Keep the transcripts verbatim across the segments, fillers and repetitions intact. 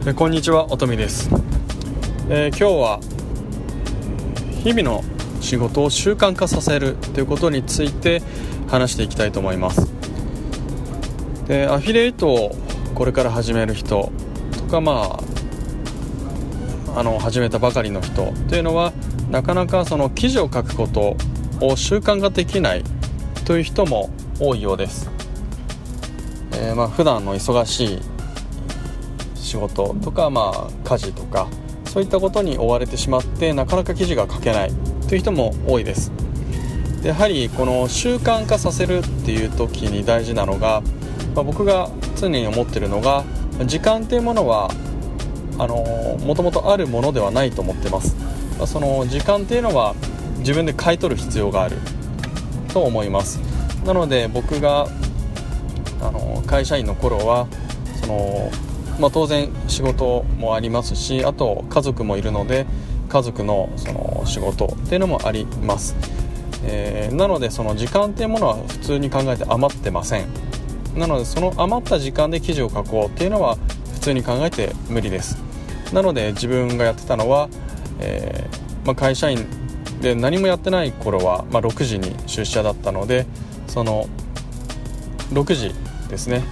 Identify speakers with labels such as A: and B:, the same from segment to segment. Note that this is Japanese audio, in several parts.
A: えこんにちは、おとみです。えー、今日は日々の仕事を習慣化させるということについて話していきたいと思います。でアフィリエイトをこれから始める人とか、まあ、あの始めたばかりの人というのはなかなかその記事を書くことを習慣化できないという人も多いようです。えー、まあ普段の忙しい仕事とか、まあ家事とかそういったことに追われてしまってなかなか記事が書けないという人も多いです。でやはりこの習慣化させるっていう時に大事なのが、まあ、僕が常に思っているのが、時間っていうものはあのもともとあるものではないと思ってます。まあ、その時間っていうのは自分で買い取る必要があると思います。なので僕があの会社員の頃はそのまあ、当然仕事もありますし、あと家族もいるので家族のその仕事っていうのもあります。えー、なのでその時間っていうものは普通に考えて余ってません。なのでその余った時間で記事を書こうっていうのは普通に考えて無理です。なので自分がやってたのは、えーまあ、会社員で何もやってない頃は、まあ、ろくじに出社だったので、そのろくじですね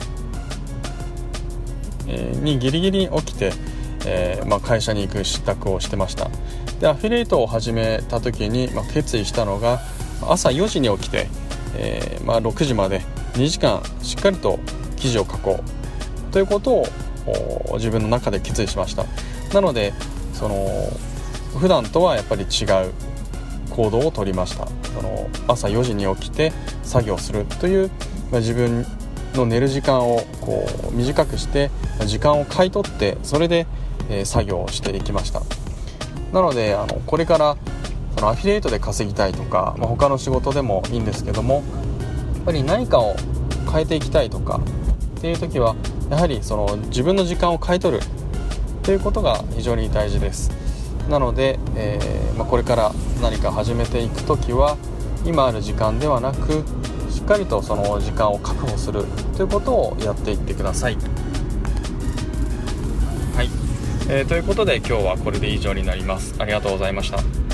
A: にギリギリに起きて、えーまあ、会社に行く支度をしてました。でアフィリエイトを始めた時に、まあ、決意したのが朝よじに起きて、えーまあ、ろくじまでにじかんしっかりと記事を書こうということを自分の中で決意しました。なのでその普段とはやっぱり違う行動を取りました。その朝よじに起きて作業するという、まあ、自分の寝る時間をこう短くして時間を買い取ってそれで、えー、作業をしていきました。なのであのこれからそのアフィリエイトで稼ぎたいとか、まあ、他の仕事でもいいんですけども、やっぱり何かを変えていきたいとかっていう時はやはりその自分の時間を買い取るということが非常に大事です。なので、えーまあ、これから何か始めていく時は今ある時間ではなくしっかりとその時間を確保するということをやっていってください。はい、えー、ということで今日はこれで以上になります。ありがとうございました。